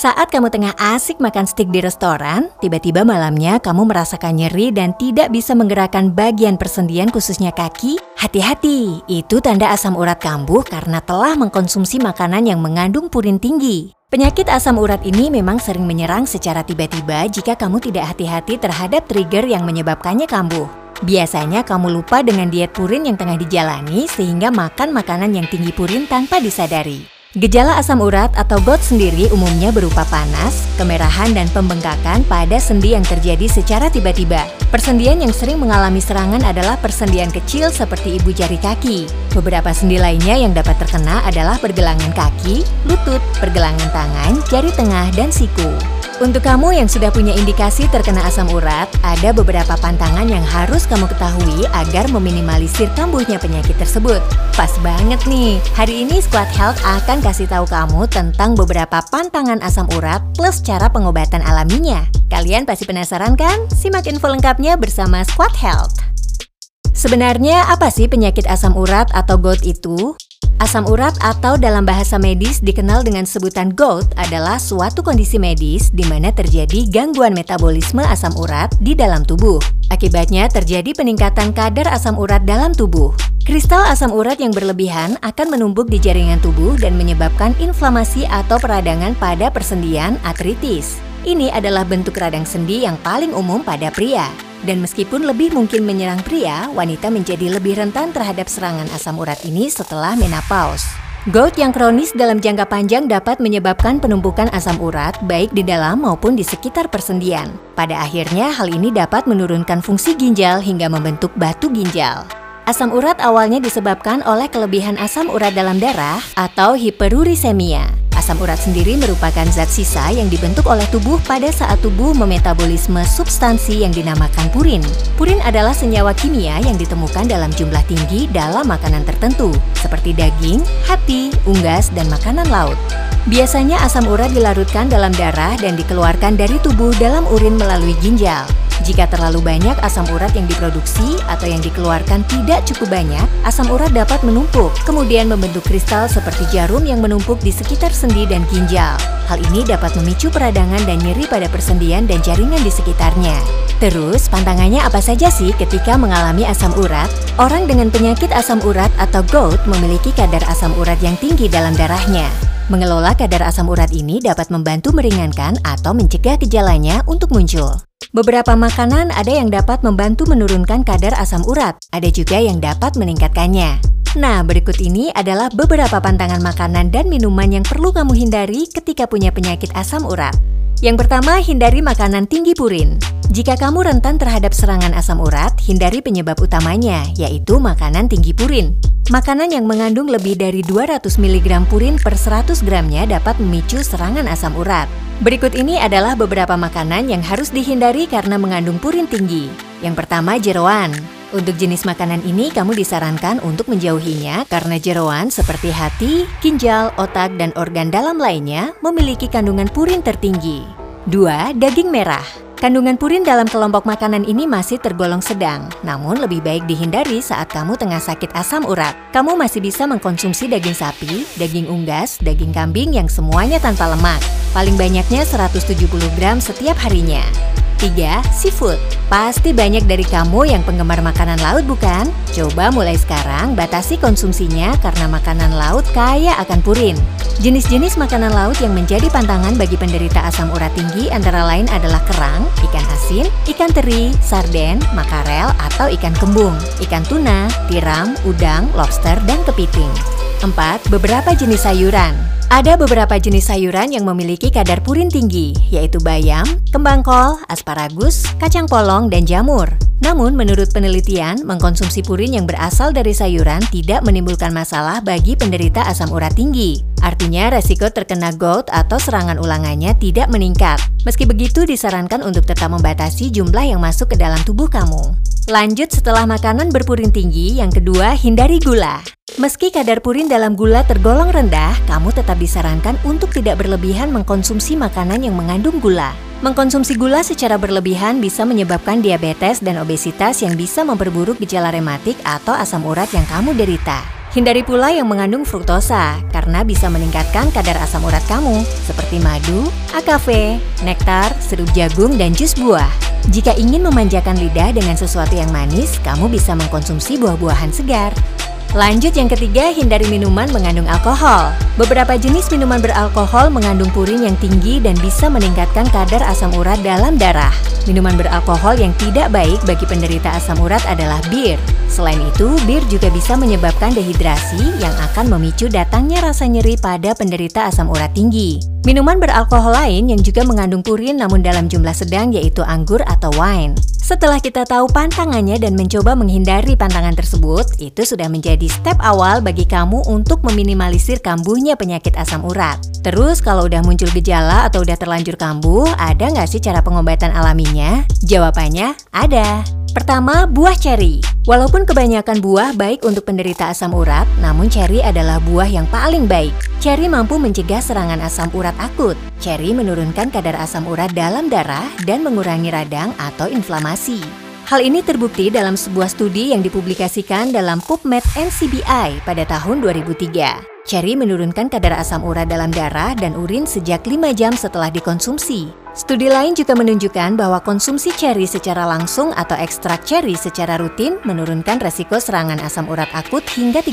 Saat kamu tengah asik makan steak di restoran, tiba-tiba malamnya kamu merasakan nyeri dan tidak bisa menggerakkan bagian persendian khususnya kaki, hati-hati, itu tanda asam urat kambuh karena telah mengkonsumsi makanan yang mengandung purin tinggi. Penyakit asam urat ini memang sering menyerang secara tiba-tiba jika kamu tidak hati-hati terhadap trigger yang menyebabkannya kambuh. Biasanya kamu lupa dengan diet purin yang tengah dijalani sehingga makan makanan yang tinggi purin tanpa disadari. Gejala asam urat atau GOUT sendiri umumnya berupa panas, kemerahan, dan pembengkakan pada sendi yang terjadi secara tiba-tiba. Persendian yang sering mengalami serangan adalah persendian kecil seperti ibu jari kaki. Beberapa sendi lainnya yang dapat terkena adalah pergelangan kaki, lutut, pergelangan tangan, jari tengah, dan siku. Untuk kamu yang sudah punya indikasi terkena asam urat, ada beberapa pantangan yang harus kamu ketahui agar meminimalisir kambuhnya penyakit tersebut. Pas banget nih, hari ini Squad Health akan kasih tahu kamu tentang beberapa pantangan asam urat plus cara pengobatan alaminya. Kalian pasti penasaran kan? Simak info lengkapnya bersama Squad Health. Sebenarnya apa sih penyakit asam urat atau GOUT itu? Asam urat atau dalam bahasa medis dikenal dengan sebutan GOUT adalah suatu kondisi medis di mana terjadi gangguan metabolisme asam urat di dalam tubuh. Akibatnya terjadi peningkatan kadar asam urat dalam tubuh. Kristal asam urat yang berlebihan akan menumpuk di jaringan tubuh dan menyebabkan inflamasi atau peradangan pada persendian artritis. Ini adalah bentuk radang sendi yang paling umum pada pria. Dan meskipun lebih mungkin menyerang pria, wanita menjadi lebih rentan terhadap serangan asam urat ini setelah menopause. GOUT yang kronis dalam jangka panjang dapat menyebabkan penumpukan asam urat baik di dalam maupun di sekitar persendian. Pada akhirnya, hal ini dapat menurunkan fungsi ginjal hingga membentuk batu ginjal. Asam urat awalnya disebabkan oleh kelebihan asam urat dalam darah atau hiperurisemia. Asam urat sendiri merupakan zat sisa yang dibentuk oleh tubuh pada saat tubuh memetabolisme substansi yang dinamakan purin. Purin adalah senyawa kimia yang ditemukan dalam jumlah tinggi dalam makanan tertentu, seperti daging, hati, unggas, dan makanan laut. Biasanya asam urat dilarutkan dalam darah dan dikeluarkan dari tubuh dalam urin melalui ginjal. Jika terlalu banyak asam urat yang diproduksi atau yang dikeluarkan tidak cukup banyak, asam urat dapat menumpuk, kemudian membentuk kristal seperti jarum yang menumpuk di sekitar sendi dan ginjal. Hal ini dapat memicu peradangan dan nyeri pada persendian dan jaringan di sekitarnya. Terus, pantangannya apa saja sih ketika mengalami asam urat? Orang dengan penyakit asam urat atau GOUT memiliki kadar asam urat yang tinggi dalam darahnya. Mengelola kadar asam urat ini dapat membantu meringankan atau mencegah gejalanya untuk muncul. Beberapa makanan ada yang dapat membantu menurunkan kadar asam urat, ada juga yang dapat meningkatkannya. Nah, berikut ini adalah beberapa pantangan makanan dan minuman yang perlu kamu hindari ketika punya penyakit asam urat. Yang pertama, hindari makanan tinggi purin. Jika kamu rentan terhadap serangan asam urat, hindari penyebab utamanya, yaitu makanan tinggi purin. Makanan yang mengandung lebih dari 200 mg purin per 100 gramnya dapat memicu serangan asam urat. Berikut ini adalah beberapa makanan yang harus dihindari karena mengandung purin tinggi. Yang pertama, jeroan. Untuk jenis makanan ini, kamu disarankan untuk menjauhinya karena jeroan seperti hati, ginjal, otak, dan organ dalam lainnya memiliki kandungan purin tertinggi. 2. Daging merah. Kandungan purin dalam kelompok makanan ini masih tergolong sedang, namun lebih baik dihindari saat kamu tengah sakit asam urat. Kamu masih bisa mengkonsumsi daging sapi, daging unggas, daging kambing yang semuanya tanpa lemak. Paling banyaknya 170 gram setiap harinya. 3. Seafood. Pasti banyak dari kamu yang penggemar makanan laut bukan? Coba mulai sekarang batasi konsumsinya karena makanan laut kaya akan purin. Jenis-jenis makanan laut yang menjadi pantangan bagi penderita asam urat tinggi antara lain adalah kerang, ikan asin, ikan teri, sarden, makarel atau ikan kembung, ikan tuna, tiram, udang, lobster, dan kepiting. 4. Beberapa jenis sayuran. Ada beberapa jenis sayuran yang memiliki kadar purin tinggi, yaitu bayam, kembang kol, asparagus, kacang polong, dan jamur. Namun, menurut penelitian, mengkonsumsi purin yang berasal dari sayuran tidak menimbulkan masalah bagi penderita asam urat tinggi. Artinya, resiko terkena GOUT atau serangan ulangannya tidak meningkat. Meski begitu, disarankan untuk tetap membatasi jumlah yang masuk ke dalam tubuh kamu. Lanjut setelah makanan berpurin tinggi, yang kedua, hindari gula. Meski kadar purin dalam gula tergolong rendah, kamu tetap disarankan untuk tidak berlebihan mengkonsumsi makanan yang mengandung gula. Mengkonsumsi gula secara berlebihan bisa menyebabkan diabetes dan obesitas yang bisa memperburuk gejala rematik atau asam urat yang kamu derita. Hindari pula yang mengandung fruktosa, karena bisa meningkatkan kadar asam urat kamu, seperti madu, AKV, nektar, sirup jagung, dan jus buah. Jika ingin memanjakan lidah dengan sesuatu yang manis, kamu bisa mengkonsumsi buah-buahan segar. Lanjut yang ketiga, hindari minuman mengandung alkohol. Beberapa jenis minuman beralkohol mengandung purin yang tinggi dan bisa meningkatkan kadar asam urat dalam darah. Minuman beralkohol yang tidak baik bagi penderita asam urat adalah bir. Selain itu, bir juga bisa menyebabkan dehidrasi yang akan memicu datangnya rasa nyeri pada penderita asam urat tinggi. Minuman beralkohol lain yang juga mengandung purin namun dalam jumlah sedang yaitu anggur atau wine. Setelah kita tahu pantangannya dan mencoba menghindari pantangan tersebut, itu sudah menjadi step awal bagi kamu untuk meminimalisir kambuhnya penyakit asam urat. Terus kalau udah muncul gejala atau udah terlanjur kambuh, ada nggak sih cara pengobatan alaminya? Jawabannya ada. Pertama, buah ceri. Walaupun kebanyakan buah baik untuk penderita asam urat, namun ceri adalah buah yang paling baik. Ceri mampu mencegah serangan asam urat akut. Ceri menurunkan kadar asam urat dalam darah dan mengurangi radang atau inflamasi. Hal ini terbukti dalam sebuah studi yang dipublikasikan dalam PubMed NCBI pada tahun 2003. Ceri menurunkan kadar asam urat dalam darah dan urin sejak 5 jam setelah dikonsumsi. Studi lain juga menunjukkan bahwa konsumsi ceri secara langsung atau ekstrak ceri secara rutin menurunkan resiko serangan asam urat akut hingga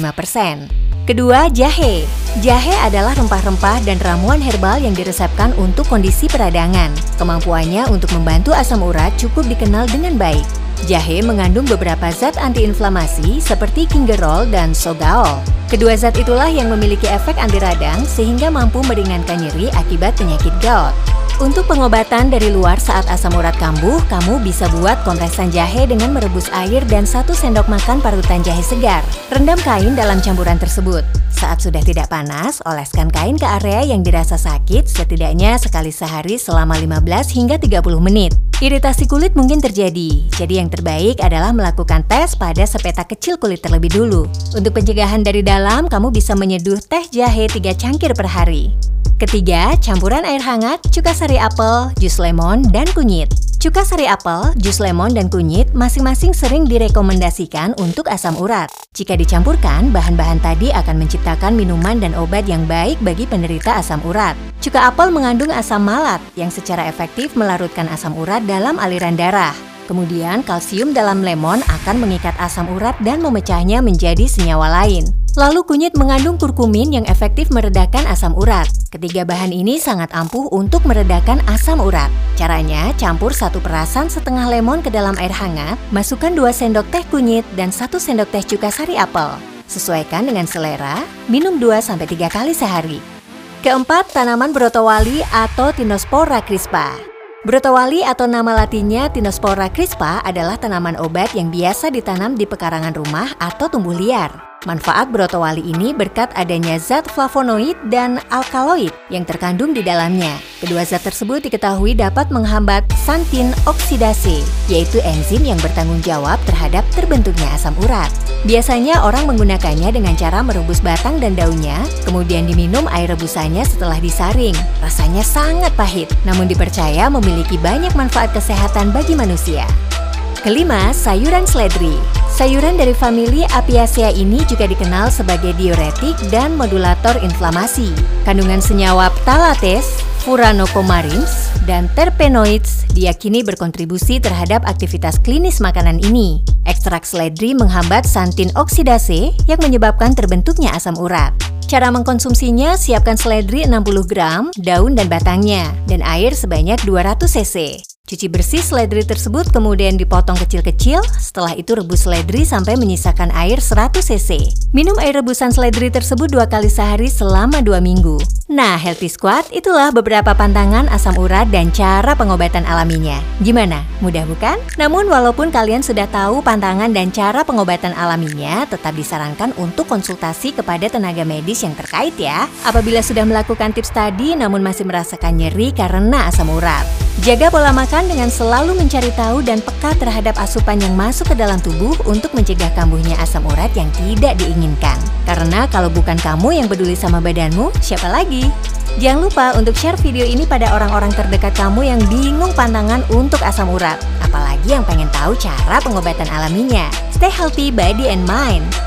35%. Kedua, jahe. Jahe adalah rempah-rempah dan ramuan herbal yang diresepkan untuk kondisi peradangan. Kemampuannya untuk membantu asam urat cukup dikenal dengan baik. Jahe mengandung beberapa zat antiinflamasi seperti gingerol dan sogaol. Kedua zat itulah yang memiliki efek anti radang sehingga mampu meringankan nyeri akibat penyakit gout. Untuk pengobatan dari luar saat asam urat kambuh, kamu bisa buat kompresan jahe dengan merebus air dan 1 sendok makan parutan jahe segar. Rendam kain dalam campuran tersebut. Saat sudah tidak panas, oleskan kain ke area yang dirasa sakit setidaknya sekali sehari selama 15 hingga 30 menit. Iritasi kulit mungkin terjadi, jadi yang terbaik adalah melakukan tes pada sepetak kecil kulit terlebih dulu. Untuk pencegahan dari dalam, kamu bisa menyeduh teh jahe 3 cangkir per hari. Ketiga, campuran air hangat, cuka sari apel, jus lemon, dan kunyit. Cuka sari apel, jus lemon, dan kunyit masing-masing sering direkomendasikan untuk asam urat. Jika dicampurkan, bahan-bahan tadi akan menciptakan minuman dan obat yang baik bagi penderita asam urat. Cuka apel mengandung asam malat yang secara efektif melarutkan asam urat dalam aliran darah. Kemudian, kalsium dalam lemon akan mengikat asam urat dan memecahnya menjadi senyawa lain. Lalu kunyit mengandung kurkumin yang efektif meredakan asam urat. Ketiga bahan ini sangat ampuh untuk meredakan asam urat. Caranya, campur 1 perasan setengah lemon ke dalam air hangat, masukkan 2 sendok teh kunyit dan 1 sendok teh cuka sari apel. Sesuaikan dengan selera, minum 2-3 kali sehari. Keempat, tanaman brotowali atau Tinospora crispa. Brotowali atau nama latinnya Tinospora crispa adalah tanaman obat yang biasa ditanam di pekarangan rumah atau tumbuh liar. Manfaat brotowali ini berkat adanya zat flavonoid dan alkaloid yang terkandung di dalamnya. Kedua zat tersebut diketahui dapat menghambat xanthin oksidase, yaitu enzim yang bertanggung jawab terhadap terbentuknya asam urat. Biasanya orang menggunakannya dengan cara merebus batang dan daunnya, kemudian diminum air rebusannya setelah disaring. Rasanya sangat pahit, namun dipercaya memiliki banyak manfaat kesehatan bagi manusia. Kelima, sayuran seledri. Sayuran dari famili Apiaceae ini juga dikenal sebagai diuretik dan modulator inflamasi. Kandungan senyawa phtalates, furanocomarins, dan terpenoids diyakini berkontribusi terhadap aktivitas klinis makanan ini. Ekstrak seledri menghambat xanthin oksidase yang menyebabkan terbentuknya asam urat. Cara mengkonsumsinya, siapkan seledri 60 gram, daun dan batangnya, dan air sebanyak 200 cc. Cuci bersih seledri tersebut kemudian dipotong kecil-kecil, setelah itu rebus seledri sampai menyisakan air 100 cc. Minum air rebusan seledri tersebut 2 kali sehari selama 2 minggu. Nah, Healthy Squad, itulah beberapa pantangan asam urat dan cara pengobatan alaminya. Gimana? Mudah bukan? Namun walaupun kalian sudah tahu pantangan dan cara pengobatan alaminya, tetap disarankan untuk konsultasi kepada tenaga medis yang terkait ya. Apabila sudah melakukan tips tadi namun masih merasakan nyeri karena asam urat. Jaga pola makan dengan selalu mencari tahu dan peka terhadap asupan yang masuk ke dalam tubuh untuk mencegah kambuhnya asam urat yang tidak diinginkan. Karena kalau bukan kamu yang peduli sama badanmu, siapa lagi? Jangan lupa untuk share video ini pada orang-orang terdekat kamu yang bingung pantangan untuk asam urat. Apalagi yang pengen tahu cara pengobatan alaminya. Stay healthy body and mind.